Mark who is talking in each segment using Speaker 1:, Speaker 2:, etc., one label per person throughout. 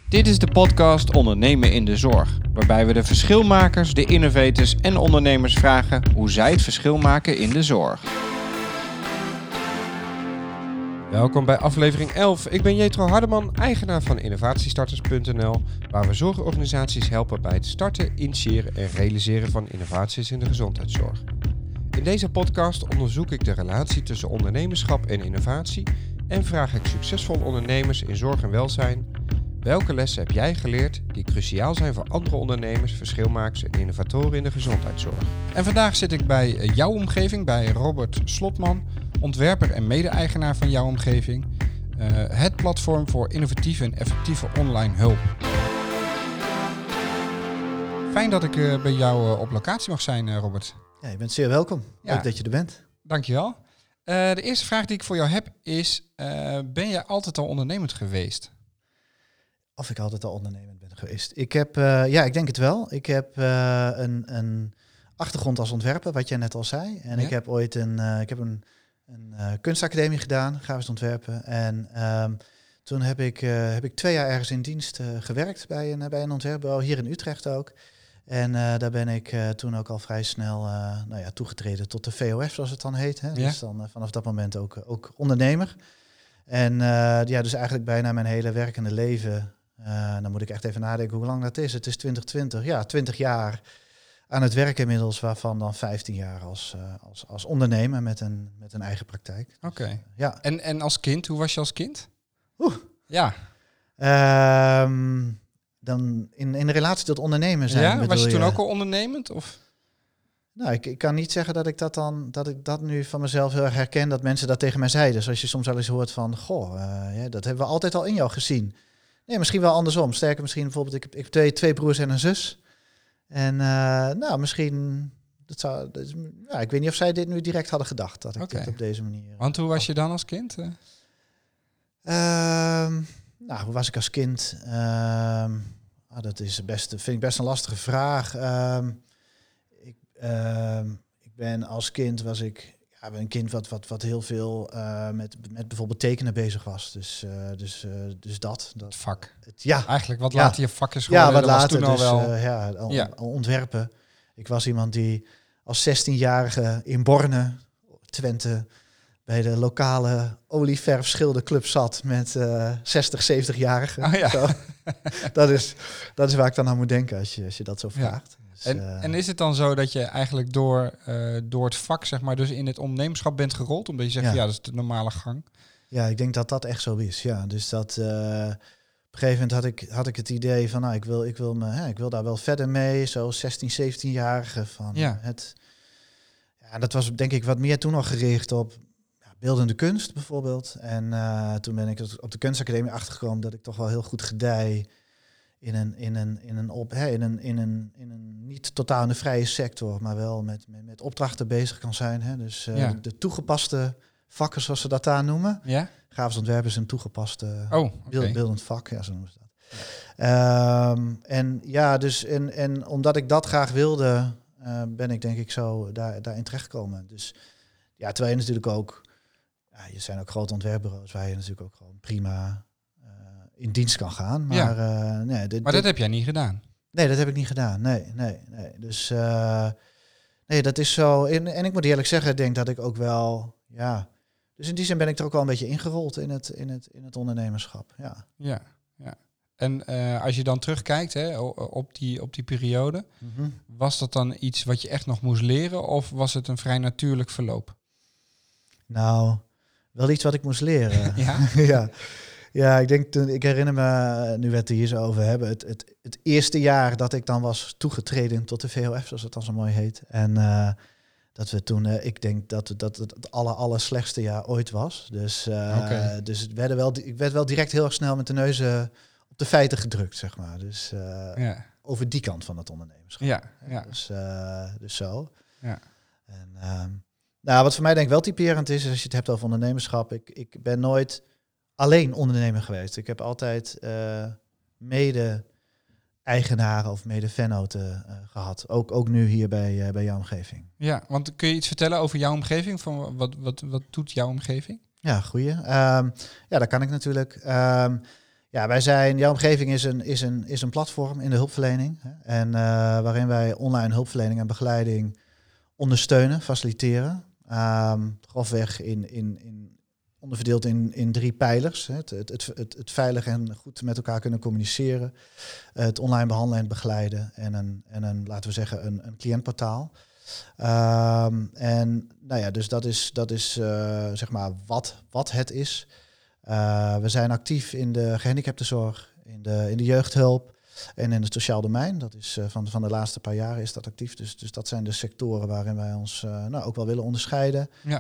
Speaker 1: Dit is de podcast Ondernemen in de Zorg, waarbij we de verschilmakers, de innovators en ondernemers vragen hoe zij het verschil maken in de zorg.
Speaker 2: Welkom bij aflevering 11. Ik ben Jetro Hardeman, eigenaar van innovatiestarters.nl, waar we zorgorganisaties helpen bij het starten, initiëren en realiseren van innovaties in de gezondheidszorg. In deze podcast onderzoek ik de relatie tussen ondernemerschap en innovatie en vraag ik succesvolle ondernemers in zorg en welzijn: welke lessen heb jij geleerd die cruciaal zijn voor andere ondernemers, verschilmakers en innovatoren in de gezondheidszorg? En vandaag zit ik bij Jouw Omgeving, bij Robert Slotman, ontwerper en mede-eigenaar van Jouw Omgeving. Het platform voor innovatieve en effectieve online hulp. Fijn dat ik bij jou op locatie mag zijn, Robert.
Speaker 3: Ja, je bent zeer welkom. Leuk dat je er bent.
Speaker 1: Dankjewel. De eerste vraag die ik voor jou heb is, ben jij altijd al ondernemend geweest?
Speaker 3: Of ik altijd al ondernemend ben geweest. Ik denk het wel. Ik heb een achtergrond als ontwerper, wat jij net al zei. En ik heb ooit een kunstacademie gedaan, grafisch ontwerpen. En toen heb ik 2 jaar ergens in dienst gewerkt bij een ontwerpbureau, hier in Utrecht ook. En daar ben ik toen ook al vrij snel toegetreden tot de VOF, zoals het dan heet. Hè? Dus dan vanaf dat moment ook ondernemer. En dus eigenlijk bijna mijn hele werkende leven. Dan moet ik echt even nadenken hoe lang dat is. Het is 2020. Ja, 20 jaar aan het werk inmiddels, waarvan dan 15 jaar als ondernemer met een eigen praktijk.
Speaker 1: Oké.
Speaker 3: Ja.
Speaker 1: En als kind, hoe was je als kind? Ja.
Speaker 3: Dan in de relatie tot ondernemen zijn.
Speaker 1: Ja, was je toen ook al ondernemend? Of?
Speaker 3: Nou, ik kan niet zeggen dat ik dat nu van mezelf heel erg herken, dat mensen dat tegen mij zeiden. Zoals je soms wel eens hoort van, dat hebben we altijd al in jou gezien. Nee, misschien wel andersom. Sterker misschien bijvoorbeeld, ik heb twee broers en een zus. En misschien, ik weet niet of zij dit nu direct hadden gedacht, dat ik dit op deze manier...
Speaker 1: Want hoe was je dan als kind?
Speaker 3: Hoe was ik als kind? Dat is vind ik best een lastige vraag. Ik ben als kind, een kind wat heel veel met bijvoorbeeld tekenen bezig was. Dus dat
Speaker 1: vak.
Speaker 3: Eigenlijk
Speaker 1: wat later je vak is geworden.
Speaker 3: Ja, wat later.
Speaker 1: Was toen
Speaker 3: al wel ontwerpen. Ik was iemand die als 16-jarige in Borne, Twente, bij de lokale olieverfschilderclub zat met 60, 70-jarigen.
Speaker 1: Oh, ja.
Speaker 3: Zo. dat is waar ik dan aan moet denken als je dat zo vraagt.
Speaker 1: Ja. Dus, en is het dan zo dat je eigenlijk door het vak, zeg maar, dus in het ondernemerschap bent gerold? Omdat je zegt, dat is de normale gang.
Speaker 3: Ja, ik denk dat dat echt zo is. Ja, dus dat op een gegeven moment had ik het idee van, ik wil daar wel verder mee. Zo 16, 17-jarige van het. Ja, dat was denk ik wat meer toen nog gericht op beeldende kunst bijvoorbeeld. En toen ben ik op de kunstacademie achtergekomen dat ik toch wel heel goed gedij in een niet totaal in de vrije sector, maar wel met opdrachten bezig kan zijn. Hè? Dus de toegepaste vakken, zoals ze dat daar noemen.
Speaker 1: Ja?
Speaker 3: Grafisch ontwerpen is een toepaste beeldend vak, zo noemen ze dat. En omdat ik dat graag wilde, ben ik denk ik zo daarin terechtgekomen. Dus terwijl je natuurlijk ook, je zijn ook grote ontwerpbureaus waar je natuurlijk ook gewoon prima in dienst kan gaan. Maar,
Speaker 1: maar dat heb jij niet gedaan?
Speaker 3: Nee, dat heb ik niet gedaan. Nee. Dus dat is zo. En ik moet eerlijk zeggen, ik denk dat ik ook wel, dus in die zin ben ik er ook wel een beetje ingerold in het ondernemerschap.
Speaker 1: Ja. En als je dan terugkijkt op die periode, was dat dan iets wat je echt nog moest leren, of was het een vrij natuurlijk verloop?
Speaker 3: Nou, wel iets wat ik moest leren.
Speaker 1: Ja?
Speaker 3: Ja, ik herinner me, nu we het hier zo over hebben, het eerste jaar dat ik dan was toegetreden tot de VOF, zoals het dan zo mooi heet. En dat we toen, ik denk dat het aller slechtste jaar ooit was. Dus ik werd wel direct heel erg snel met de neus op de feiten gedrukt, zeg maar. Dus over die kant van het ondernemerschap.
Speaker 1: Ja.
Speaker 3: Dus zo.
Speaker 1: Ja.
Speaker 3: En wat voor mij denk ik wel typerend is als je het hebt over ondernemerschap. Ik ben nooit alleen ondernemer geweest. Ik heb altijd mede-eigenaren of mede-vennoten gehad. Ook nu hier bij Jouw Omgeving.
Speaker 1: Ja, want kun je iets vertellen over Jouw Omgeving? Van wat doet Jouw Omgeving?
Speaker 3: Ja, goeie. Dat kan ik natuurlijk. jouw omgeving is een platform in de hulpverlening. Hè, en waarin wij online hulpverlening en begeleiding ondersteunen, faciliteren. Grofweg onderverdeeld in 3 pijlers. Hè. Het veilig en goed met elkaar kunnen communiceren. Het online behandelen en begeleiden. En een laten we zeggen, een cliëntportaal. Dus dat is zeg maar wat het is. We zijn actief in de gehandicaptenzorg, in de jeugdhulp en in het sociaal domein. Dat is van de laatste paar jaren is dat actief. Dus dat zijn de sectoren waarin wij ons ook wel willen onderscheiden.
Speaker 1: Ja.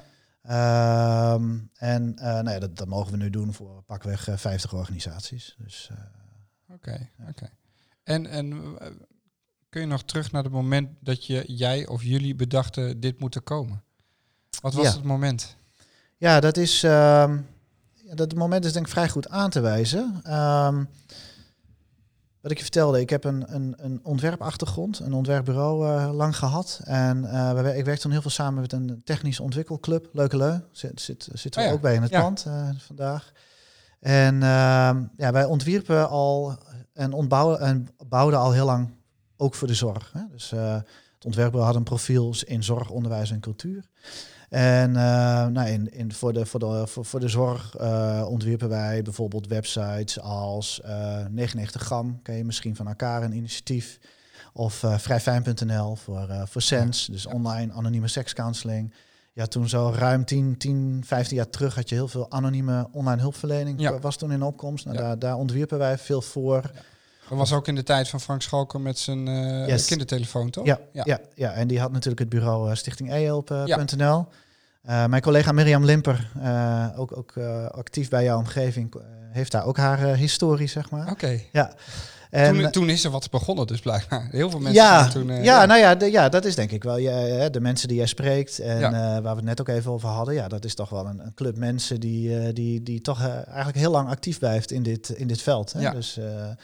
Speaker 3: Dat mogen we nu doen voor pakweg 50 organisaties. Dus,
Speaker 1: Oké. En kun je nog terug naar het moment dat jij of jullie bedachten dit moet er komen? Wat was het moment?
Speaker 3: Ja, dat moment is denk ik vrij goed aan te wijzen. Wat ik je vertelde, ik heb een ontwerpachtergrond, een ontwerpbureau lang gehad. En ik werk toen heel veel samen met een technische ontwikkelclub, Leukeleu. Zitten we ook bij in het pand vandaag. En wij ontwierpen al en bouwden al heel lang ook voor de zorg. Hè. Dus het ontwerpbureau had een profiel in zorg, onderwijs en cultuur. En voor de zorg ontwierpen wij bijvoorbeeld websites als 99 gram, ken je misschien van elkaar, een initiatief. Of vrijfijn.nl voor SENS, dus online anonieme sekscounseling. Ja, toen zo ruim 10, 15 jaar terug had je heel veel anonieme online hulpverlening. Was toen in opkomst. Daar ontwierpen wij veel voor. Ja.
Speaker 1: Dat was ook in de tijd van Frank Schalker met zijn kindertelefoon, toch?
Speaker 3: Ja, en die had natuurlijk het bureau Stichting eHelp.nl. Mijn collega Mirjam Limper, ook actief bij jouw omgeving, heeft daar ook haar historie, zeg maar.
Speaker 1: Oké.
Speaker 3: Ja.
Speaker 1: Toen is er wat begonnen, dus blijkbaar. Heel veel mensen toen...
Speaker 3: dat is denk ik wel. De mensen die jij spreekt en waar we het net ook even over hadden. Ja, dat is toch wel een club mensen die toch eigenlijk heel lang actief blijft in dit veld. Hè?
Speaker 1: Ja.
Speaker 3: Dus,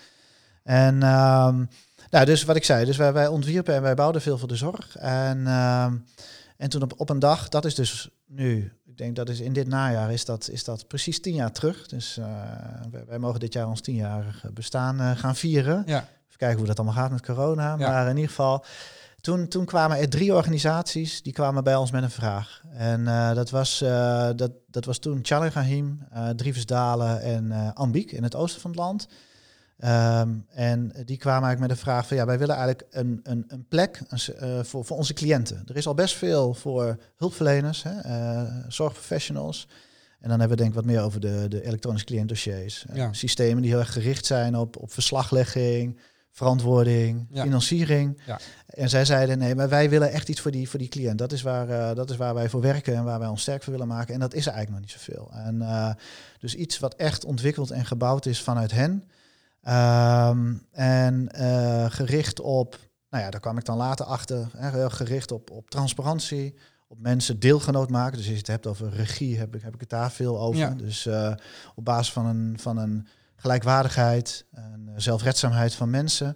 Speaker 3: dus wat ik zei, dus wij ontwierpen en wij bouwden veel voor de zorg. En toen op een dag, dat is dus nu, ik denk dat is in dit najaar, is dat precies 10 jaar terug. Dus wij mogen dit jaar ons 10-jarig bestaan gaan vieren.
Speaker 1: Ja.
Speaker 3: Even kijken hoe dat allemaal gaat met corona. Ja. Maar in ieder geval, toen kwamen er 3 organisaties, die kwamen bij ons met een vraag. En dat was toen Tjallingerheem, Drievesdalen en Ambiek in het oosten van het land. En die kwamen eigenlijk met de vraag van wij willen eigenlijk een plek voor onze cliënten. Er is al best veel voor hulpverleners, zorgprofessionals. En dan hebben we denk ik wat meer over de elektronische cliëntdossiers. Systemen die heel erg gericht zijn op verslaglegging, verantwoording, financiering. Ja. En zij zeiden nee, maar wij willen echt iets voor die cliënt. Dat is waar wij voor werken en waar wij ons sterk voor willen maken. En dat is er eigenlijk nog niet zoveel. En dus iets wat echt ontwikkeld en gebouwd is vanuit hen. Gericht op, daar kwam ik dan later achter, gericht op transparantie, op mensen deelgenoot maken. Dus als je het hebt over regie, heb ik het daar veel over. Ja. Dus op basis van een gelijkwaardigheid, een zelfredzaamheid van mensen.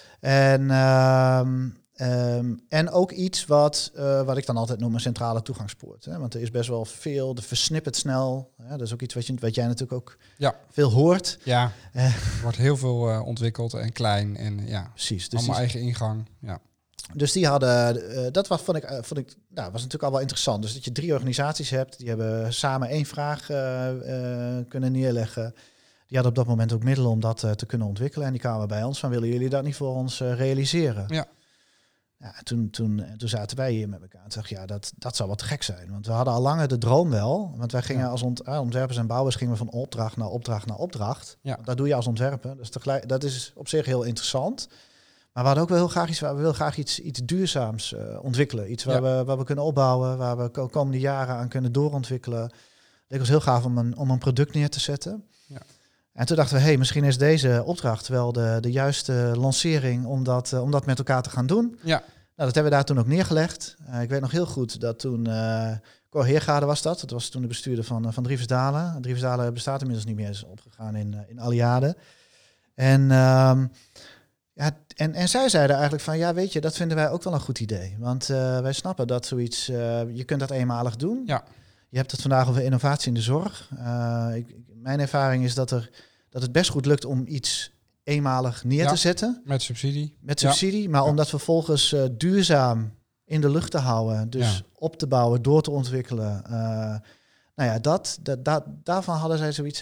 Speaker 3: En ook iets wat ik dan altijd noem een centrale toegangspoort. Hè? Want er is best wel veel, de versnippert snel. Hè? Dat is ook iets wat jij natuurlijk ook veel hoort.
Speaker 1: Ja, er wordt heel veel ontwikkeld en klein. En precies. Dus allemaal eigen ingang. Ja.
Speaker 3: Dus die hadden, vond ik was natuurlijk al wel interessant. Dus dat je 3 organisaties hebt, die hebben samen 1 vraag kunnen neerleggen. Die hadden op dat moment ook middelen om dat te kunnen ontwikkelen. En die kwamen bij ons van, willen jullie dat niet voor ons realiseren? Ja. Ja, toen zaten wij hier met elkaar en dachten, dat zou wat gek zijn. Want we hadden al langer de droom wel. Want wij gingen als ontwerpers en bouwers gingen we van opdracht naar opdracht naar opdracht. Ja. Dat doe je als ontwerper. Dus dat is op zich heel interessant. Maar we hadden ook wel heel graag we willen graag iets duurzaams ontwikkelen. Iets waar we kunnen opbouwen, waar we de komende jaren aan kunnen doorontwikkelen. Het leek ons heel gaaf om een product neer te zetten. Ja. En toen dachten we, misschien is deze opdracht wel de juiste lancering om dat met elkaar te gaan doen. Ja. Dat hebben we daar toen ook neergelegd. Ik weet nog heel goed dat toen Cor Heergade was dat. Dat was toen de bestuurder van Drievesdalen. Drievesdalen bestaat inmiddels niet meer, is opgegaan in Alliade. En zij zeiden eigenlijk van, weet je, dat vinden wij ook wel een goed idee. Want wij snappen dat zoiets, je kunt dat eenmalig doen. Ja. Je hebt het vandaag over innovatie in de zorg. Mijn ervaring is dat er dat het best goed lukt om iets eenmalig neer te zetten.
Speaker 1: Met subsidie.
Speaker 3: Met subsidie, maar om dat vervolgens duurzaam in de lucht te houden. Dus op te bouwen, door te ontwikkelen. Daarvan hadden zij zoiets.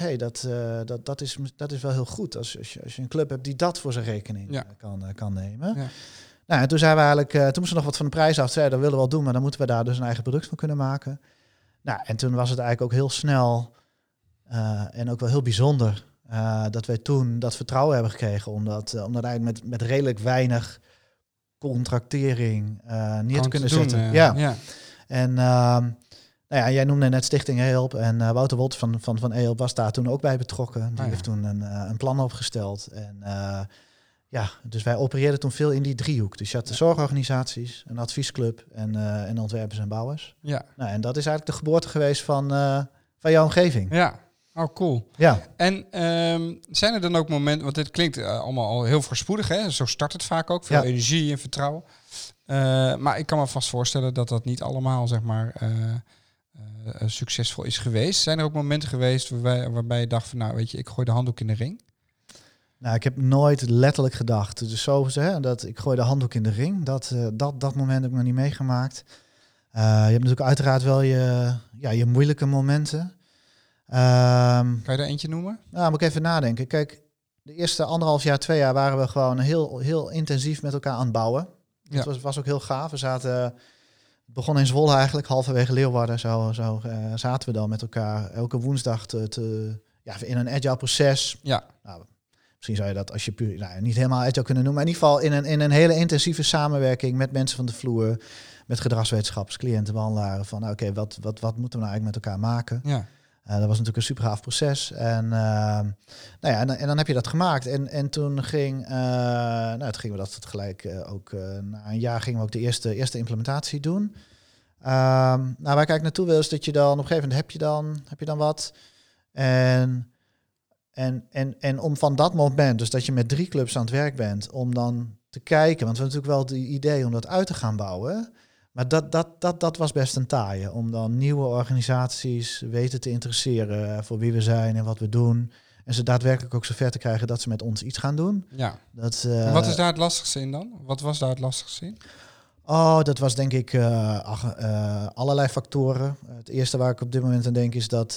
Speaker 3: Dat is wel heel goed als je een club hebt die dat voor zijn rekening kan nemen. Ja. Nou, en toen zijn we eigenlijk, toen moesten we nog wat van de prijs af. Zeiden, dat willen we wel doen, maar dan moeten we daar dus een eigen product van kunnen maken. Nou, en toen was het eigenlijk ook heel snel en ook wel heel bijzonder dat wij toen dat vertrouwen hebben gekregen, omdat eigenlijk met redelijk weinig contractering neer te kunnen zetten. En jij noemde net Stichting EHELP en Wouter Wolt van EHELP was daar toen ook bij betrokken. Die heeft toen een plan opgesteld. En dus wij opereerden toen veel in die driehoek. Dus je had de zorgorganisaties, een adviesclub en ontwerpers en bouwers. Ja. Nou, en dat is eigenlijk de geboorte geweest van jouw omgeving.
Speaker 1: Ja. Oh, cool. Ja. En zijn er dan ook momenten, want dit klinkt allemaal al heel voorspoedig, hè? Zo start het vaak ook, veel energie en vertrouwen. Maar ik kan me vast voorstellen dat dat niet allemaal, zeg maar, succesvol is geweest. Zijn er ook momenten geweest waarbij je dacht van, nou, weet je, ik gooi de handdoek in de ring?
Speaker 3: Nou, ik heb nooit letterlijk gedacht. Dus zo dat ik gooi de handdoek in de ring. Dat moment heb ik nog niet meegemaakt. Je hebt natuurlijk uiteraard wel je moeilijke momenten.
Speaker 1: Kan je daar eentje noemen?
Speaker 3: Nou, moet ik even nadenken. Kijk, de eerste 1,5 jaar, 2 jaar waren we gewoon heel, heel intensief met elkaar aan het bouwen. Dat was ook heel gaaf. We begonnen in Zwolle eigenlijk, halverwege Leeuwarden. Zo zaten we dan met elkaar elke woensdag in een agile proces. Ja. Nou, misschien zou je dat als je puur niet helemaal agile kunnen noemen, maar in ieder geval in een hele intensieve samenwerking met mensen van de vloer, met gedragswetenschappers, cliënten, behandelaren. Van oké, wat moeten we nou eigenlijk met elkaar maken? Ja. Dat was natuurlijk een super gaaf proces. En dan heb je dat gemaakt. En toen gingen we dat gelijk ook na een jaar gingen we ook de eerste implementatie doen. Waar ik eigenlijk naartoe wil is dat je dan op een gegeven moment heb je dan wat. En om van dat moment, dus dat je met 3 clubs aan het werk bent, om dan te kijken, want we hebben natuurlijk wel het idee om dat uit te gaan bouwen. Maar dat was best een taaie, om dan nieuwe organisaties weten te interesseren voor wie we zijn en wat we doen. En ze daadwerkelijk ook zover te krijgen dat ze met ons iets gaan doen. Ja.
Speaker 1: Wat is daar het lastigste in dan? Wat was daar het lastigste in?
Speaker 3: Oh, dat was denk ik allerlei factoren. Het eerste waar ik op dit moment aan denk is dat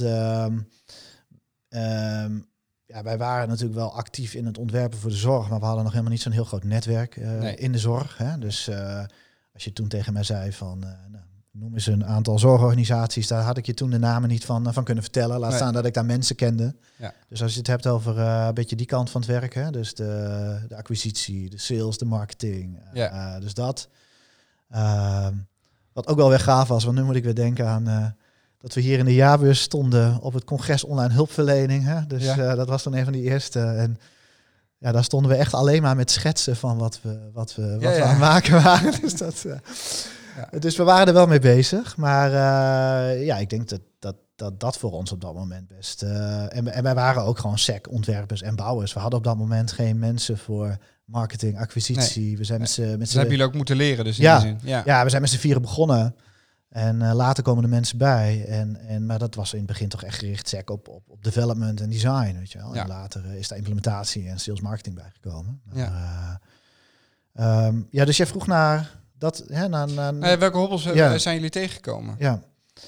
Speaker 3: wij waren natuurlijk wel actief in het ontwerpen voor de zorg, maar we hadden nog helemaal niet zo'n heel groot netwerk in de zorg. Hè? Dus als je toen tegen mij zei van noem eens een aantal zorgorganisaties, daar had ik je toen de namen niet van kunnen vertellen. Laat staan dat ik daar mensen kende. Ja. Dus als je het hebt over een beetje die kant van het werk, hè? Dus de acquisitie, de sales, de marketing. Dus dat. Wat ook wel weer gaaf was, want nu moet ik weer denken aan dat we hier in de jaarbeurs stonden op het congres online hulpverlening. Hè? Dus dat was toen een van die eerste. En ja, daar stonden we echt alleen maar met schetsen van wat we aan het maken waren. Dus, dus we waren er wel mee bezig. Maar ik denk dat voor ons op dat moment best... En wij waren ook gewoon ontwerpers en bouwers. We hadden op dat moment geen mensen voor marketing, acquisitie. Nee. We zijn met z'n...
Speaker 1: Dat hebben jullie ook moeten leren, dus in die zin.
Speaker 3: Ja, we zijn met z'n 4 begonnen. En later komen de mensen bij. Maar dat was in het begin toch echt gericht op development en design, weet je wel. Ja. En later is daar implementatie en sales marketing bijgekomen. Dus jij vroeg naar dat...
Speaker 1: welke hobbels zijn jullie tegengekomen?
Speaker 3: Ja.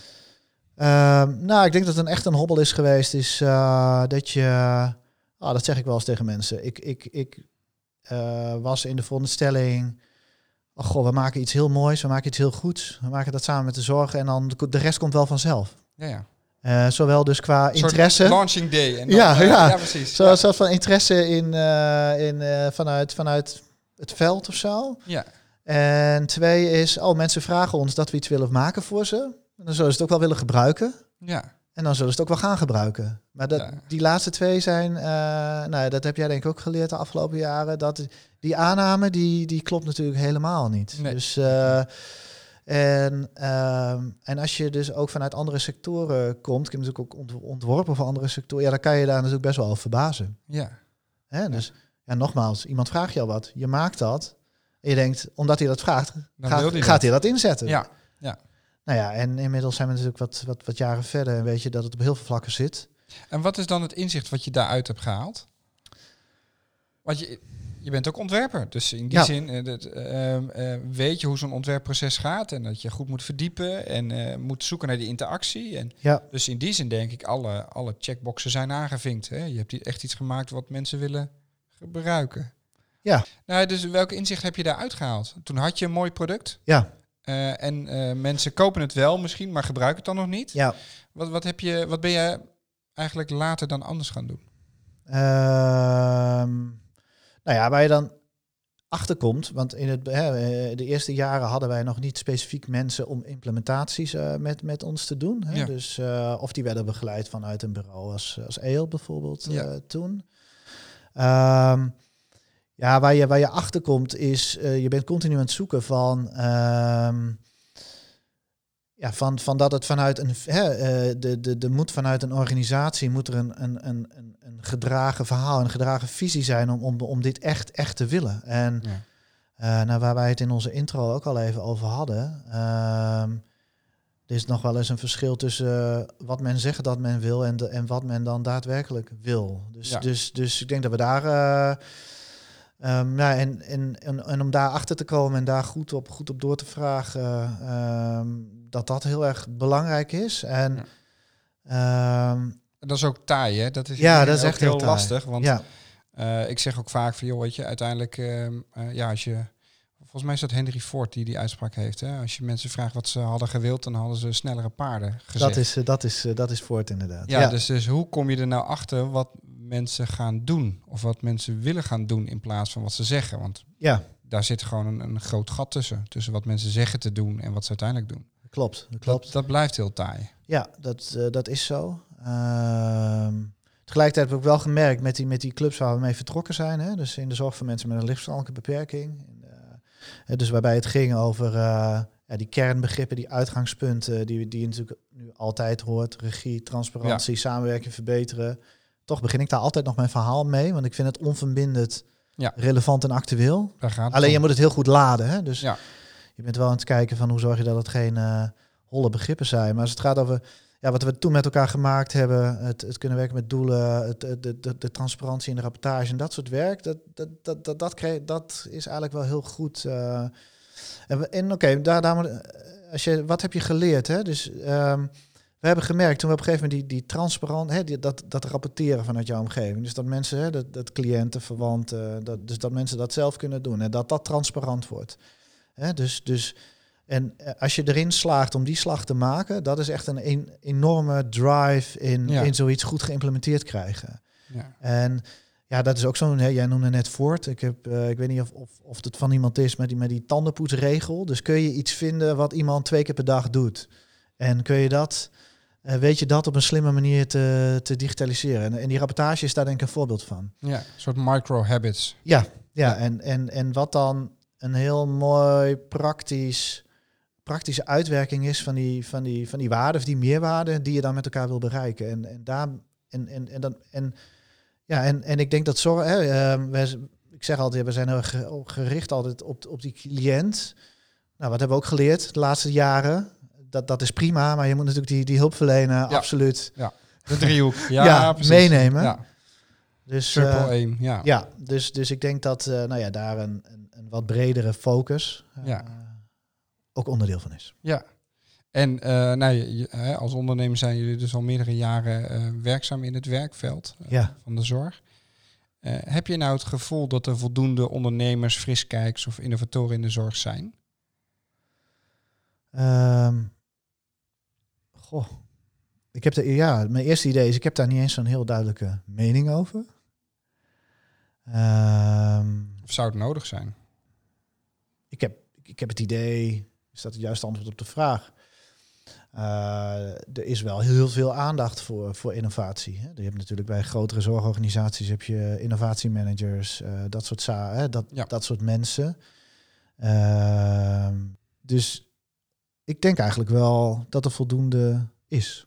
Speaker 3: Ik denk dat het echt een hobbel is geweest, is dat je... dat zeg ik wel eens tegen mensen. Ik was in de veronderstelling... we maken iets heel moois, we maken iets heel goeds. We maken dat samen met de zorg en dan de rest komt wel vanzelf. Ja. Zowel dus qua interesse...
Speaker 1: launching day. En dan, precies.
Speaker 3: Zoals van interesse vanuit het veld of zo. Ja. En 2 is, mensen vragen ons dat we iets willen maken voor ze. En dan zullen ze het ook wel willen gebruiken. Ja. En dan zullen ze het ook wel gaan gebruiken. Maar die laatste 2 zijn... dat heb jij denk ik ook geleerd de afgelopen jaren. Dat die aanname, die klopt natuurlijk helemaal niet. Nee. Dus, en als je dus ook vanuit andere sectoren komt... Ik heb natuurlijk ook ontworpen voor andere sectoren... dan kan je daar natuurlijk best wel over verbazen. Ja. Hè? Dus nogmaals, iemand vraagt jou wat. Je maakt dat. En je denkt, omdat hij dat vraagt, gaat hij dat inzetten. Ja. Ja. Nou ja, en inmiddels zijn we natuurlijk wat jaren verder en weet je dat het op heel veel vlakken zit.
Speaker 1: En wat is dan het inzicht wat je daaruit hebt gehaald? Want je bent ook ontwerper, dus in die zin weet je hoe zo'n ontwerpproces gaat en dat je goed moet verdiepen en moet zoeken naar die interactie. En dus in die zin denk ik, alle checkboxen zijn aangevinkt. Hè? Je hebt echt iets gemaakt wat mensen willen gebruiken.
Speaker 3: Ja.
Speaker 1: Nou, dus welke inzicht heb je daaruit gehaald? Toen had je een mooi product.
Speaker 3: Ja.
Speaker 1: En mensen kopen het wel misschien, maar gebruiken het dan nog niet.
Speaker 3: Ja.
Speaker 1: Wat ben je eigenlijk later dan anders gaan doen?
Speaker 3: Nou ja, waar je dan achter komt, want in de eerste jaren hadden wij nog niet specifiek mensen om implementaties met ons te doen. Hè? Ja. Dus of die werden begeleid vanuit een bureau als EEL bijvoorbeeld toen. Waar je achter komt is, je bent continu aan het zoeken van dat het vanuit de moet vanuit een organisatie moet er een gedragen verhaal, een gedragen visie zijn om dit echt te willen. En waar wij het in onze intro ook al even over hadden, er is nog wel eens een verschil tussen wat men zegt dat men wil en wat men dan daadwerkelijk wil. Dus ik denk dat we daar en om daar achter te komen en daar goed op door te vragen, dat heel erg belangrijk is. En
Speaker 1: dat is ook taai, hè? Dat is
Speaker 3: is echt heel
Speaker 1: lastig. Want ik zeg ook vaak van, joh, weet je, uiteindelijk, als je, volgens mij is dat Henry Ford die uitspraak heeft. Hè? Als je mensen vraagt wat ze hadden gewild, dan hadden ze snellere paarden gezegd.
Speaker 3: Dat is Ford inderdaad.
Speaker 1: Ja. Dus hoe kom je er nou achter wat mensen gaan doen of wat mensen willen gaan doen in plaats van wat ze zeggen? Want daar zit gewoon een groot gat tussen wat mensen zeggen te doen en wat ze uiteindelijk doen.
Speaker 3: Klopt.
Speaker 1: Dat blijft heel taai.
Speaker 3: Ja, dat is zo. Tegelijkertijd heb ik wel gemerkt met die clubs waar we mee vertrokken zijn, hè, dus in de zorg voor mensen met een lichtverstandelijke beperking. Dus waarbij het ging over die kernbegrippen, die uitgangspunten die je natuurlijk nu altijd hoort. Regie, transparantie, samenwerking, verbeteren. Toch begin ik daar altijd nog mijn verhaal mee, want ik vind het onverbindend relevant en actueel. Alleen je moet het heel goed laden. Hè? Dus je bent wel aan het kijken van hoe zorg je dat het geen holle begrippen zijn. Maar als het gaat over wat we toen met elkaar gemaakt hebben, het kunnen werken met doelen, de transparantie in de rapportage en dat soort werk, dat is eigenlijk wel heel goed. Wat heb je geleerd? Hè? Dus we hebben gemerkt toen we op een gegeven moment die transparant, dat rapporteren vanuit jouw omgeving. Dus dat mensen, dat cliënten, verwanten, dat mensen dat zelf kunnen doen en dat transparant wordt. En als je erin slaagt om die slag te maken, dat is echt een enorme drive in zoiets goed geïmplementeerd krijgen. Ja. En dat is ook zo'n, jij noemde net Ford. Ik weet niet of het van iemand is met die tandenpoetsregel. Dus kun je iets vinden wat iemand 2 keer per dag doet. En kun je dat, weet je dat op een slimme manier te digitaliseren. En die rapportage is daar denk ik een voorbeeld van. Ja,
Speaker 1: een soort micro-habits.
Speaker 3: Ja. En wat dan een heel mooi praktische uitwerking is van die waarden of die meerwaarden die je dan met elkaar wil bereiken. En ik denk dat zorg. Ik zeg altijd, we zijn heel gericht altijd op die cliënt. Nou, wat hebben we ook geleerd de laatste jaren? Dat is prima, maar je moet natuurlijk die hulp verlenen, absoluut.
Speaker 1: Ja, de driehoek.
Speaker 3: Meenemen.
Speaker 1: Ja.
Speaker 3: Dus
Speaker 1: Triple aim,
Speaker 3: dus ik denk dat daar een wat bredere focus ook onderdeel van is.
Speaker 1: Ja. En als ondernemer zijn jullie dus al meerdere jaren werkzaam in het werkveld van de zorg. Heb je nou het gevoel dat er voldoende ondernemers, friskijkers of innovatoren in de zorg zijn?
Speaker 3: Ik heb mijn eerste idee is, ik heb daar niet eens zo'n heel duidelijke mening over.
Speaker 1: Of zou het nodig zijn?
Speaker 3: Ik heb het idee, is dat het juiste antwoord op de vraag? Er is wel heel veel aandacht voor innovatie. Hè. Je hebt natuurlijk bij grotere zorgorganisaties heb je innovatiemanagers, dat soort mensen. Dus ik denk eigenlijk wel dat er voldoende is.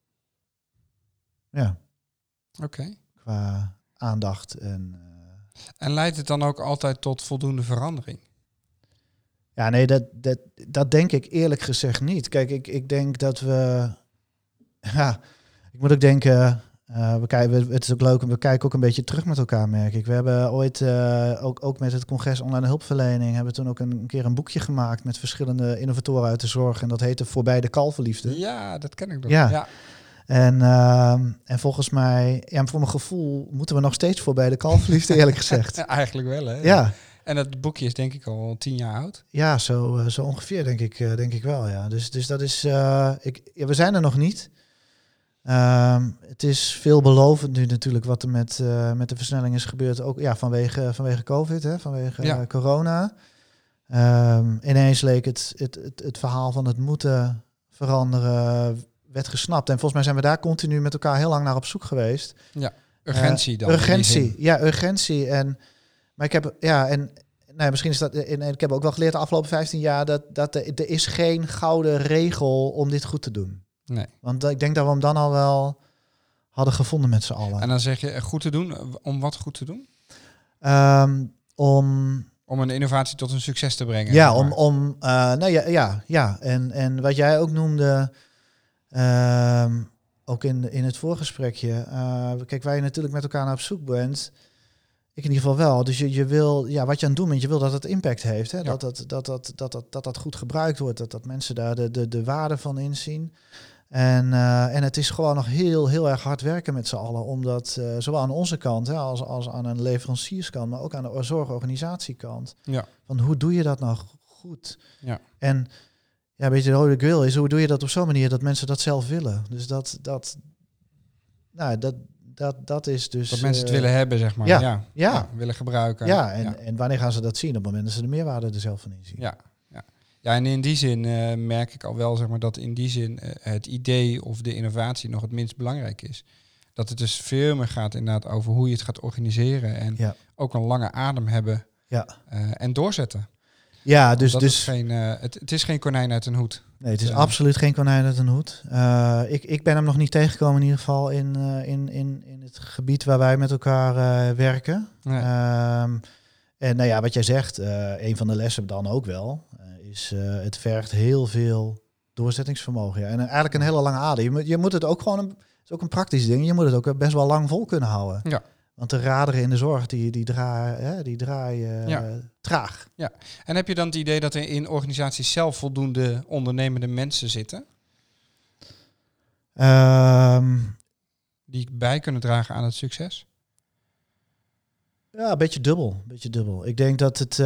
Speaker 3: Ja.
Speaker 1: Oké.
Speaker 3: Qua aandacht en...
Speaker 1: En leidt het dan ook altijd tot voldoende verandering?
Speaker 3: Ja, nee, dat denk ik eerlijk gezegd niet. Kijk, ik denk dat we... Ja, ik moet ook denken... Het is ook leuk, we kijken ook een beetje terug met elkaar, merk ik. We hebben ooit, ook met het congres Online Hulpverlening, hebben we toen ook een keer een boekje gemaakt met verschillende innovatoren uit de zorg. En dat heette Voorbij de Kalverliefde.
Speaker 1: Ja, dat ken ik nog.
Speaker 3: Ja. En volgens mij, voor mijn gevoel, moeten we nog steeds voorbij de kalverliefde, eerlijk gezegd.
Speaker 1: Ja, eigenlijk wel, hè?
Speaker 3: Ja.
Speaker 1: En dat boekje is denk ik al 10 jaar oud.
Speaker 3: Ja, zo ongeveer, denk ik wel, ja. Dus dat is... we zijn er nog niet. Het is veelbelovend nu natuurlijk wat er met de versnelling is gebeurd. Ook vanwege COVID, hè, vanwege corona. Ineens leek het verhaal van het moeten veranderen werd gesnapt. En volgens mij zijn we daar continu met elkaar heel lang naar op zoek geweest.
Speaker 1: Ja, urgentie dan.
Speaker 3: Urgentie. Maar ik heb, misschien is dat, en ik heb ook wel geleerd de afgelopen 15 jaar dat er is geen gouden regel om dit goed te doen.
Speaker 1: Nee.
Speaker 3: Want ik denk dat we hem dan al wel hadden gevonden met z'n allen.
Speaker 1: En dan zeg je goed te doen. Om wat goed te doen? Om een innovatie tot een succes te brengen.
Speaker 3: Ja, En wat jij ook noemde, ook in het voorgesprekje. Kijk, waar je natuurlijk met elkaar naar op zoek bent. Ik in ieder geval wel. Dus je wil, wat je aan het doen bent, je wil dat het impact heeft. Hè? Ja. Dat goed gebruikt wordt. Dat mensen daar de waarde van inzien. En het is gewoon nog heel erg hard werken met z'n allen. Omdat zowel aan onze kant, hè, als aan een leverancierskant, maar ook aan de zorgorganisatiekant.
Speaker 1: Ja.
Speaker 3: Van hoe doe je dat nou goed?
Speaker 1: Ja.
Speaker 3: En een beetje de rode grill is, hoe doe je dat op zo'n manier dat mensen dat zelf willen? Dus dat is dus...
Speaker 1: Dat mensen het willen hebben, zeg maar. Ja, willen gebruiken.
Speaker 3: En wanneer gaan ze dat zien? Op het moment dat ze de meerwaarde er zelf van inzien.
Speaker 1: Ja, en in die zin merk ik al wel, zeg maar, dat in die zin het idee of de innovatie nog het minst belangrijk is. Dat het dus veel meer gaat inderdaad over hoe je het gaat organiseren en ook een lange adem hebben en doorzetten. Ja, dus het is geen konijn uit een hoed.
Speaker 3: Nee, het is absoluut geen konijn uit een hoed. Ik ben hem nog niet tegengekomen in ieder geval in het gebied waar wij met elkaar werken. Nee. En wat jij zegt, een van de lessen dan ook wel, is het vergt heel veel doorzettingsvermogen. Ja. En eigenlijk een hele lange adem. Je moet het ook gewoon, het is ook een praktisch ding, je moet het ook best wel lang vol kunnen houden. Ja. Want de raderen in de zorg, die draaien traag.
Speaker 1: Ja. En heb je dan het idee dat er in organisaties zelf voldoende ondernemende mensen zitten? Die bij kunnen dragen aan het succes?
Speaker 3: Ja, een beetje dubbel. Ik denk dat het...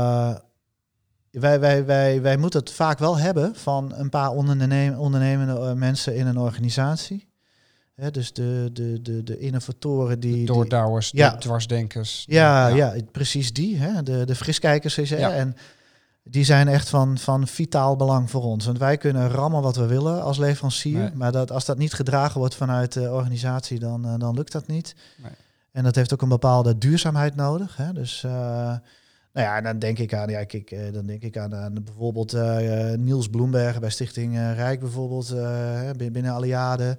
Speaker 3: Wij moeten het vaak wel hebben van een paar ondernemende mensen in een organisatie. Hè, dus de innovatoren die...
Speaker 1: De doordouwers, de dwarsdenkers.
Speaker 3: Ja, precies die. Hè, de friskijkers. En die zijn echt van vitaal belang voor ons. Want wij kunnen rammen wat we willen als leverancier. Nee. Maar als dat niet gedragen wordt vanuit de organisatie, dan lukt dat niet. Nee. En dat heeft ook een bepaalde duurzaamheid nodig. Hè? Dus dan denk ik aan bijvoorbeeld Niels Bloemberg bij Stichting Rijk bijvoorbeeld, binnen Alliade.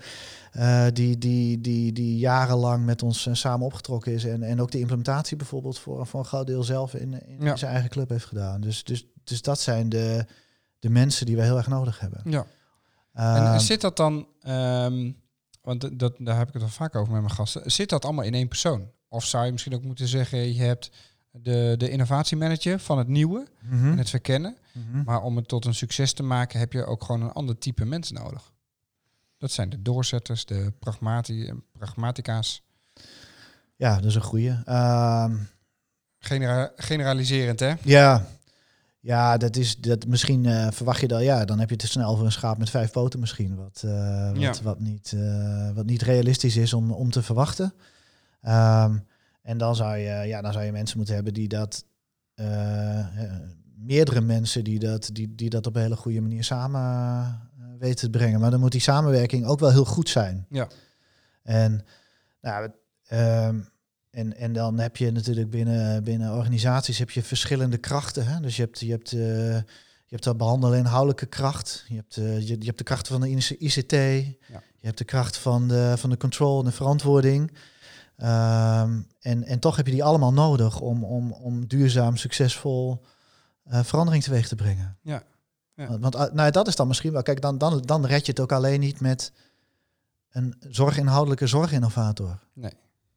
Speaker 3: Die jarenlang met ons samen opgetrokken is. En ook de implementatie bijvoorbeeld voor een groot deel zelf in zijn eigen club heeft gedaan. Dus dat zijn de mensen die we heel erg nodig hebben.
Speaker 1: Ja. En zit dat dan... want daar heb ik het al vaak over met mijn gasten. Zit dat allemaal in één persoon? Of zou je misschien ook moeten zeggen, je hebt de innovatiemanager van het nieuwe en het verkennen. Mm-hmm. Maar om het tot een succes te maken heb je ook gewoon een ander type mensen nodig. Dat zijn de doorzetters, de pragmatica's.
Speaker 3: Ja, dat is een goeie.
Speaker 1: Generaliserend, hè?
Speaker 3: Ja, dat misschien verwacht je dat. Ja, dan heb je te snel voor een schaap met 5 poten misschien. Wat niet realistisch is om te verwachten. En dan zou je mensen moeten hebben die dat... meerdere mensen die dat op een hele goede manier samen weten te brengen. Maar dan moet die samenwerking ook wel heel goed zijn. Ja. En dan heb je natuurlijk binnen organisaties heb je verschillende krachten. Hè? Dus je hebt dat behandelen inhoudelijke kracht. Je hebt de krachten van de ICT. Ja. Je hebt de kracht van de control en de verantwoording. En toch heb je die allemaal nodig om duurzaam, succesvol verandering teweeg te brengen. Ja. Ja. Want dat is dan misschien wel... Kijk, dan red je het ook alleen niet met een zorginhoudelijke zorginnovator.
Speaker 1: Nee.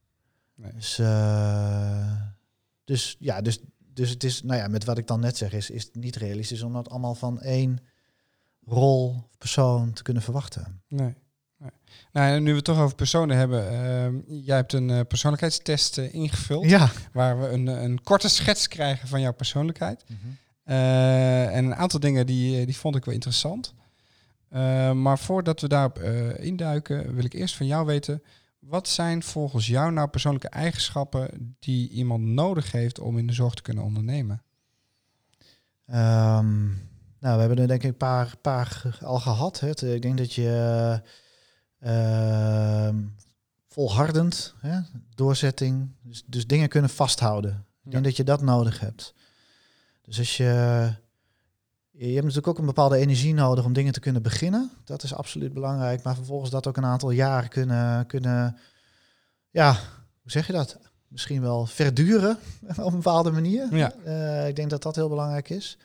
Speaker 3: Dus het is, met wat ik dan net zeg, is het niet realistisch om dat allemaal van één rol of persoon te kunnen verwachten.
Speaker 1: Nee. Nou, nu we het toch over personen hebben. Jij hebt een persoonlijkheidstest ingevuld.
Speaker 3: Ja.
Speaker 1: Waar we een korte schets krijgen van jouw persoonlijkheid.
Speaker 3: Mm-hmm.
Speaker 1: En een aantal dingen die vond ik wel interessant. Maar voordat we daarop induiken, wil ik eerst van jou weten, wat zijn volgens jou nou persoonlijke eigenschappen die iemand nodig heeft om in de zorg te kunnen ondernemen?
Speaker 3: We hebben er denk ik een paar al gehad. Hè. Ik denk dat je volhardend, hè, doorzetting, dus dingen kunnen vasthouden. Ik denk dat je dat nodig hebt. Dus als je hebt natuurlijk ook een bepaalde energie nodig om dingen te kunnen beginnen. Dat is absoluut belangrijk. Maar vervolgens dat ook een aantal jaar kunnen hoe zeg je dat? Misschien wel verduren op een bepaalde manier.
Speaker 1: Ja.
Speaker 3: Ik denk dat dat heel belangrijk is.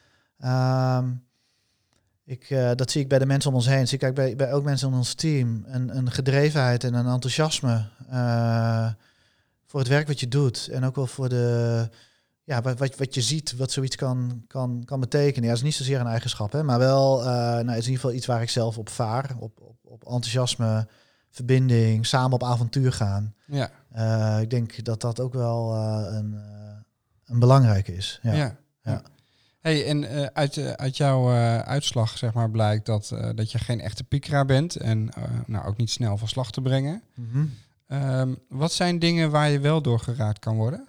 Speaker 3: Dat zie ik bij de mensen om ons heen. Zie ik bij ook mensen in ons team. Een gedrevenheid en een enthousiasme voor het werk wat je doet. En ook wel voor de... Ja, wat je ziet, wat zoiets kan betekenen. Ja, dat is niet zozeer een eigenschap, hè, maar wel is in ieder geval iets waar ik zelf op vaar. Op enthousiasme, verbinding, samen op avontuur gaan.
Speaker 1: Ja.
Speaker 3: Ik denk dat dat ook wel een belangrijke is. Ja.
Speaker 1: Hey, en uit jouw uitslag zeg maar blijkt dat je geen echte piekeraar bent en ook niet snel van slag te brengen.
Speaker 3: Mm-hmm.
Speaker 1: Wat zijn dingen waar je wel door geraakt kan worden?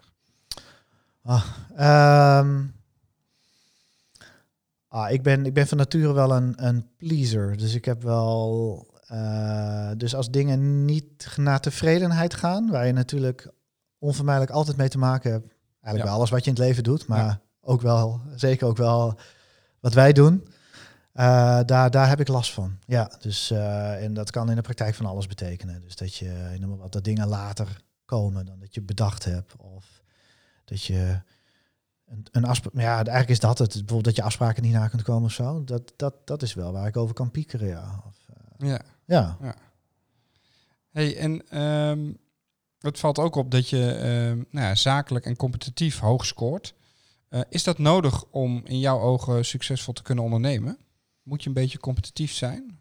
Speaker 3: Ik ben van nature wel een pleaser. Dus ik heb wel... dus als dingen niet naar tevredenheid gaan, waar je natuurlijk onvermijdelijk altijd mee te maken hebt, eigenlijk bij alles wat je in het leven doet, maar ook wel, zeker ook wel wat wij doen, daar heb ik last van. Ja, dus en dat kan in de praktijk van alles betekenen. Dus dat je, noem maar wat, dat dingen later komen dan dat je bedacht hebt, of dat je een afspraak, eigenlijk is dat het. Bijvoorbeeld dat je afspraken niet na kunt komen of zo. Dat is wel waar ik over kan piekeren, ja. Ja.
Speaker 1: Hey, en het valt ook op dat je zakelijk en competitief hoog scoort. Is dat nodig om in jouw ogen succesvol te kunnen ondernemen? Moet je een beetje competitief zijn?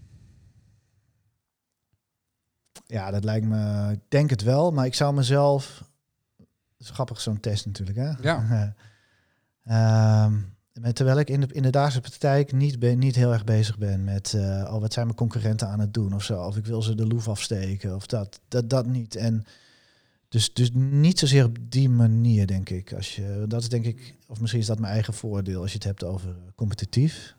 Speaker 3: Ja, dat lijkt me... Ik denk het wel, maar ik zou mezelf... Het is grappig, zo'n test natuurlijk, hè?
Speaker 1: Ja.
Speaker 3: Terwijl ik in de dagelijkse praktijk niet heel erg bezig ben met... wat zijn mijn concurrenten aan het doen of zo. Of ik wil ze de loef afsteken of dat niet. En dus niet zozeer op die manier, denk ik. Dat is denk ik... Of misschien is dat mijn eigen voordeel als je het hebt over competitief.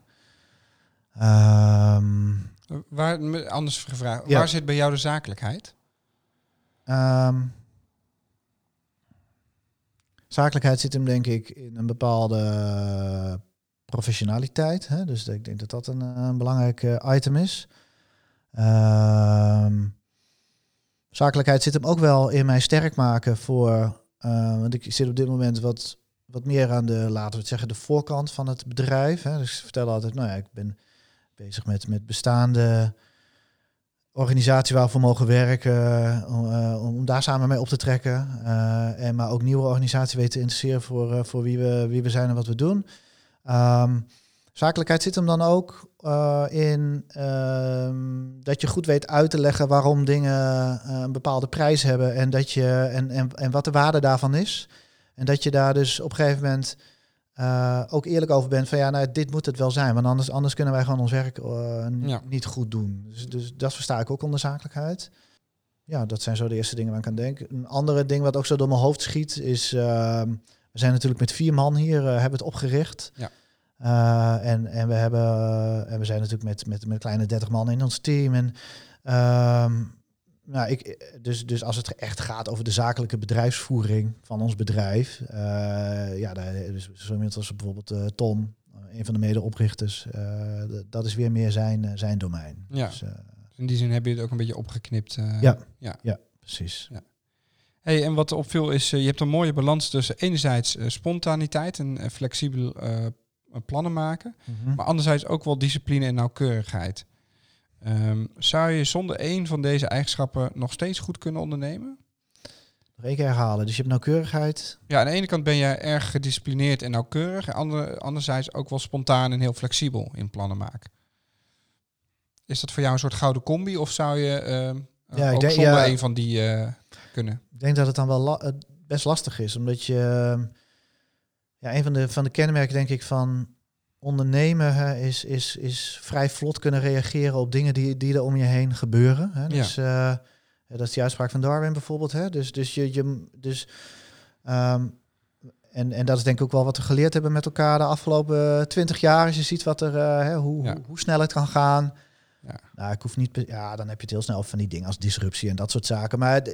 Speaker 1: Anders gevraagd, waar zit bij jou de zakelijkheid?
Speaker 3: Zakelijkheid zit hem denk ik in een bepaalde professionaliteit. Hè? Dus ik denk dat dat een belangrijk item is. Zakelijkheid zit hem ook wel in mij sterk maken voor... want ik zit op dit moment wat meer aan laten we het zeggen, de voorkant van het bedrijf. Hè? Dus ik vertel altijd, ik ben bezig met bestaande organisatie waar we voor mogen werken, om daar samen mee op te trekken. Maar ook nieuwe organisaties weten te interesseren voor wie we zijn en wat we doen. Zakelijkheid zit hem dan ook in dat je goed weet uit te leggen waarom dingen een bepaalde prijs hebben en dat je en wat de waarde daarvan is. En dat je daar dus op een gegeven moment ook eerlijk over bent van dit moet het wel zijn, want anders kunnen wij gewoon ons werk niet goed doen. Dus dat versta ik ook onder zakelijkheid. Ja, dat zijn zo de eerste dingen waar ik aan denk. Een andere ding wat ook zo door mijn hoofd schiet is, we zijn natuurlijk met 4 man hier, hebben het opgericht. Ja. En we zijn natuurlijk met kleine 30 man in ons team. En dus als het echt gaat over de zakelijke bedrijfsvoering van ons bedrijf, dus zo iemand als bijvoorbeeld Tom, een van de medeoprichters, dat is weer meer zijn domein.
Speaker 1: Ja. Dus, in die zin heb je het ook een beetje opgeknipt.
Speaker 3: Ja, precies.
Speaker 1: Ja. Hey, en wat opviel is, je hebt een mooie balans tussen enerzijds spontaniteit en flexibel plannen maken, maar anderzijds ook wel discipline en nauwkeurigheid. Zou je zonder één van deze eigenschappen nog steeds goed kunnen ondernemen?
Speaker 3: Nog één keer herhalen. Dus je hebt nauwkeurigheid.
Speaker 1: Ja, aan de ene kant ben je erg gedisciplineerd en nauwkeurig. En anderzijds ook wel spontaan en heel flexibel in plannen maken. Is dat voor jou een soort gouden combi? Of zou je ook zonder één van die kunnen?
Speaker 3: Ik denk dat het dan wel best lastig is. Omdat je... een van de kenmerken, denk ik, van ondernemen is vrij vlot kunnen reageren op dingen die er om je heen gebeuren. Hè? Dus dat is die uitspraak van Darwin bijvoorbeeld. Hè? En dat is denk ik ook wel wat we geleerd hebben met elkaar de afgelopen 20 jaar. Als je ziet wat er, hoe snel het kan gaan. Ja. Nou, ik hoef niet. Dan heb je het heel snel van die dingen als disruptie en dat soort zaken. Maar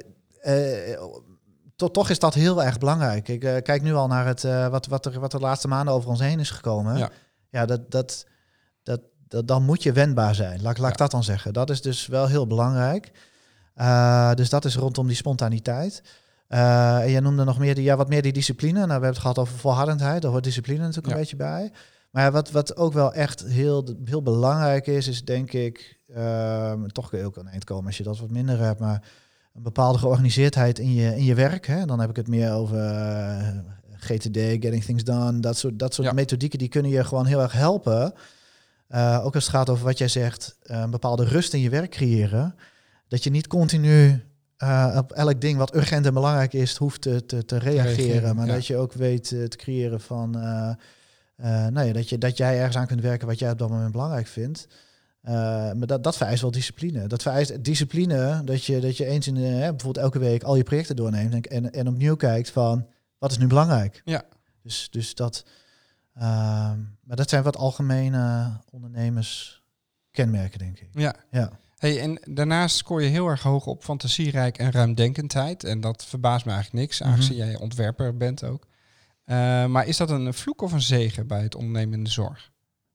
Speaker 3: toch is dat heel erg belangrijk. Ik kijk nu al naar het wat er de laatste maanden over ons heen is gekomen. Ja, dan moet je wendbaar zijn. Laat ik dat dan zeggen. Dat is dus wel heel belangrijk. Dus dat is rondom die spontaniteit. En jij noemde nog meer wat meer die discipline. Nou, we hebben het gehad over volhardendheid. Daar hoort discipline natuurlijk een beetje bij. Maar wat ook wel echt heel belangrijk is denk ik... toch kun je ook aan het eind komen als je dat wat minder hebt. Maar een bepaalde georganiseerdheid in je werk. Hè? Dan heb ik het meer over GTD, Getting Things Done. Dat soort methodieken die kunnen je gewoon heel erg helpen. Ook als het gaat over wat jij zegt. Een bepaalde rust in je werk creëren. Dat je niet continu op elk ding wat urgent en belangrijk is hoeft te reageren. Maar dat je ook weet te creëren van... dat jij ergens aan kunt werken wat jij op dat moment belangrijk vindt. Maar dat vereist wel discipline. Dat vereist discipline dat je eens in bijvoorbeeld elke week al je projecten doorneemt en opnieuw kijkt van wat is nu belangrijk. Ja. Dus dat. Maar dat zijn wat algemene ondernemerskenmerken, denk ik. Ja.
Speaker 1: Hey, en daarnaast scoor je heel erg hoog op fantasierijk en ruimdenkendheid. En dat verbaast me eigenlijk niks, aangezien jij ontwerper bent ook. Maar is dat een vloek of een zegen bij het ondernemen in de zorg?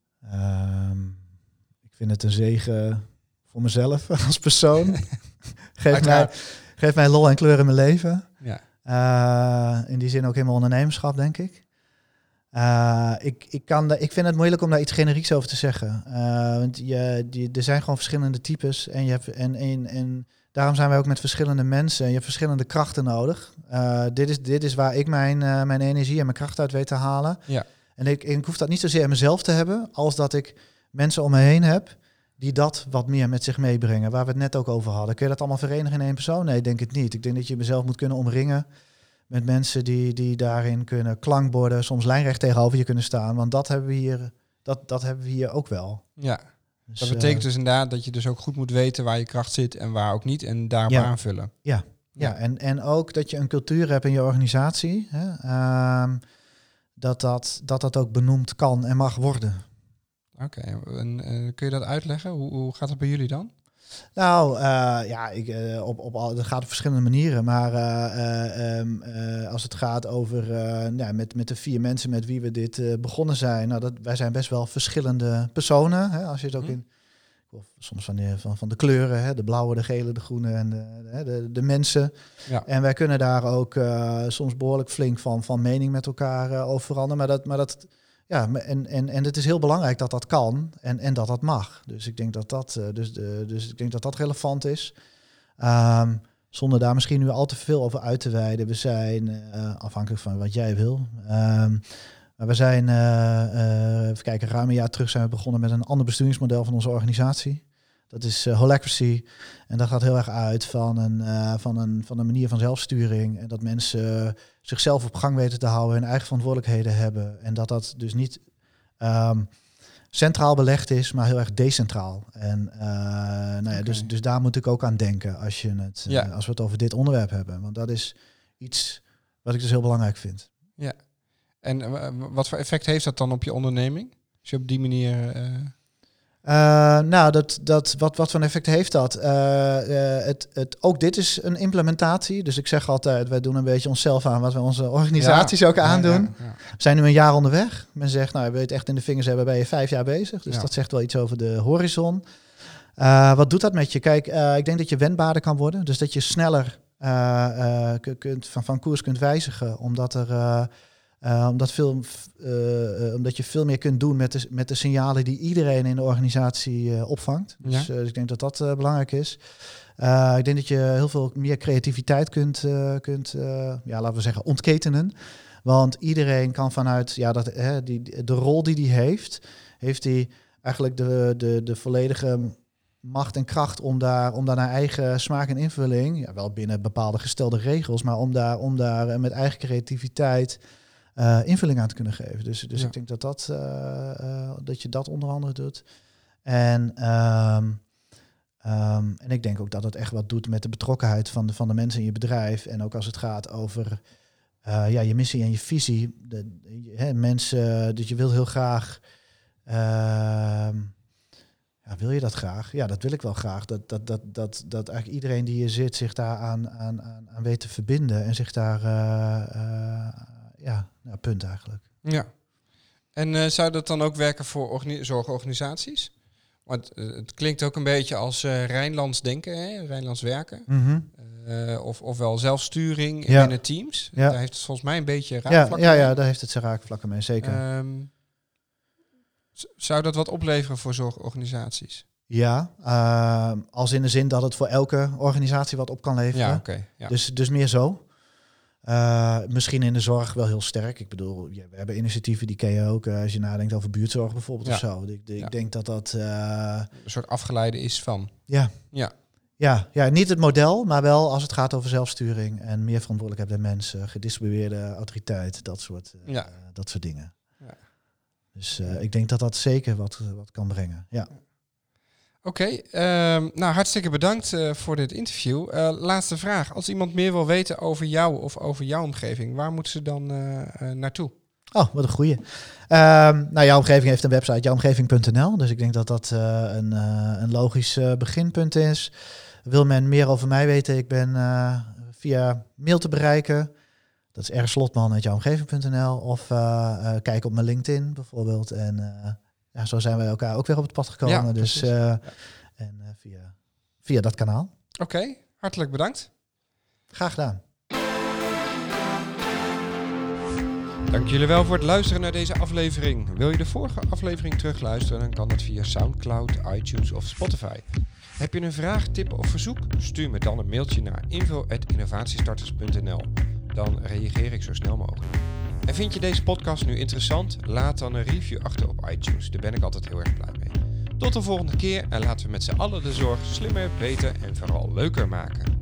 Speaker 3: Ik vind het een zegen voor mezelf als persoon. Geef mij lol en kleur in mijn leven. Ja. In die zin ook in mijn ondernemerschap, denk ik. Ik vind het moeilijk om daar iets generieks over te zeggen. Want er zijn gewoon verschillende types. En daarom zijn wij ook met verschillende mensen. En je hebt verschillende krachten nodig. Dit is waar ik mijn energie en mijn kracht uit weet te halen. Ja. En ik hoef dat niet zozeer in mezelf te hebben, als dat ik mensen om me heen heb die dat wat meer met zich meebrengen. Waar we het net ook over hadden. Kun je dat allemaal verenigen in één persoon? Nee, ik denk het niet. Ik denk dat je jezelf moet kunnen omringen met mensen die daarin kunnen klankborden, soms lijnrecht tegenover je kunnen staan. Want dat hebben we hier, dat hebben we hier ook wel.
Speaker 1: Ja, dus, dat betekent dus inderdaad dat je dus ook goed moet weten waar je kracht zit en waar ook niet. En daarop aanvullen.
Speaker 3: Ja, en ook dat je een cultuur hebt in je organisatie. Hè, dat ook benoemd kan en mag worden.
Speaker 1: Oké, en kun je dat uitleggen? Hoe gaat het bij jullie dan?
Speaker 3: Nou, dat gaat op verschillende manieren. Maar als het gaat over met de 4 mensen met wie we dit begonnen zijn. Wij zijn best wel verschillende personen. Hè, als je het ook soms van de kleuren, hè, de blauwe, de gele, de groene en de mensen. Ja. En wij kunnen daar ook soms behoorlijk flink van mening met elkaar over veranderen. En het is heel belangrijk dat dat kan en dat mag. Dus ik denk dat dat relevant is. Zonder daar misschien nu al te veel over uit te wijden. We zijn afhankelijk van wat jij wil. Maar we zijn, even kijken, ruim een jaar terug zijn we begonnen met een ander besturingsmodel van onze organisatie. Dat is Holacracy. En dat gaat heel erg uit van een manier van zelfsturing. En dat mensen zichzelf op gang weten te houden, hun eigen verantwoordelijkheden hebben. En dat dus niet centraal belegd is, maar heel erg decentraal. En dus daar moet ik ook aan denken als we het over dit onderwerp hebben. Want dat is iets wat ik dus heel belangrijk vind. Ja.
Speaker 1: En wat voor effect heeft dat dan op je onderneming? Als je op die manier...
Speaker 3: Wat voor effect heeft dat? Ook dit is een implementatie. Dus ik zeg altijd, wij doen een beetje onszelf aan wat we onze organisaties ook aandoen. Ja. We zijn nu een jaar onderweg. Men zegt, nou, je weet echt in de vingers hebben, ben je 5 jaar bezig. Dus dat zegt wel iets over de horizon. Wat doet dat met je? Kijk, ik denk dat je wendbaarder kan worden. Dus dat je sneller van koers kunt wijzigen. Omdat er Omdat je veel meer kunt doen met de signalen die iedereen in de organisatie opvangt. Dus ik denk dat dat belangrijk is. Ik denk dat je heel veel meer creativiteit kunt laten we zeggen, ontketenen. Want iedereen kan vanuit de rol die hij heeft hij eigenlijk de volledige macht en kracht om daar naar eigen smaak en invulling, wel binnen bepaalde gestelde regels, maar om daar met eigen creativiteit invulling aan te kunnen geven. Dus ik denk dat je dat onder andere doet. En ik denk ook dat het echt wat doet met de betrokkenheid van de mensen in je bedrijf. En ook als het gaat over je missie en je visie. Mensen, dus je wilt heel graag. Wil je dat graag? Ja, dat wil ik wel graag. Dat eigenlijk iedereen die hier zit zich daar aan weet te verbinden en zich daar punt eigenlijk.
Speaker 1: Ja. En zou dat dan ook werken voor zorgorganisaties? Want het klinkt ook een beetje als Rijnlands denken, hè? Rijnlands werken.
Speaker 3: Mm-hmm.
Speaker 1: Ofwel zelfsturing binnen teams.
Speaker 3: Ja.
Speaker 1: Daar heeft het volgens mij een beetje raakvlakken mee.
Speaker 3: Ja, daar heeft het zijn raakvlakken mee, zeker.
Speaker 1: Zou dat wat opleveren voor zorgorganisaties?
Speaker 3: Ja, als in de zin dat het voor elke organisatie wat op kan leveren.
Speaker 1: Ja, oké. Ja.
Speaker 3: Dus meer zo. Misschien in de zorg wel heel sterk. Ik bedoel, we hebben initiatieven, die ken je ook. Als je nadenkt over buurtzorg bijvoorbeeld of zo. Ik denk dat
Speaker 1: een soort afgeleide is van.
Speaker 3: Ja, niet het model, maar wel als het gaat over zelfsturing en meer verantwoordelijkheid bij mensen, gedistribueerde autoriteit, dat soort dingen. Ja. Dus ik denk dat zeker wat kan brengen. Ja.
Speaker 1: Oké, hartstikke bedankt voor dit interview. Laatste vraag. Als iemand meer wil weten over jou of over jouw omgeving, waar moeten ze dan naartoe?
Speaker 3: Oh, wat een goeie. Jouw omgeving heeft een website, jouwomgeving.nl. Dus ik denk dat dat een logisch beginpunt is. Wil men meer over mij weten? Ik ben via mail te bereiken. Dat is rslotman@jouwomgeving.nl. Of kijk op mijn LinkedIn bijvoorbeeld. En zo zijn wij elkaar ook weer op het pad gekomen.
Speaker 1: Ja,
Speaker 3: dus via dat kanaal.
Speaker 1: Oké, hartelijk bedankt.
Speaker 3: Graag gedaan.
Speaker 2: Dank jullie wel voor het luisteren naar deze aflevering. Wil je de vorige aflevering terugluisteren, dan kan dat via SoundCloud, iTunes of Spotify. Heb je een vraag, tip of verzoek? Stuur me dan een mailtje naar info@innovatiestarters.nl. Dan reageer ik zo snel mogelijk. En vind je deze podcast nu interessant? Laat dan een review achter op iTunes. Daar ben ik altijd heel erg blij mee. Tot de volgende keer en laten we met z'n allen de zorg slimmer, beter en vooral leuker maken.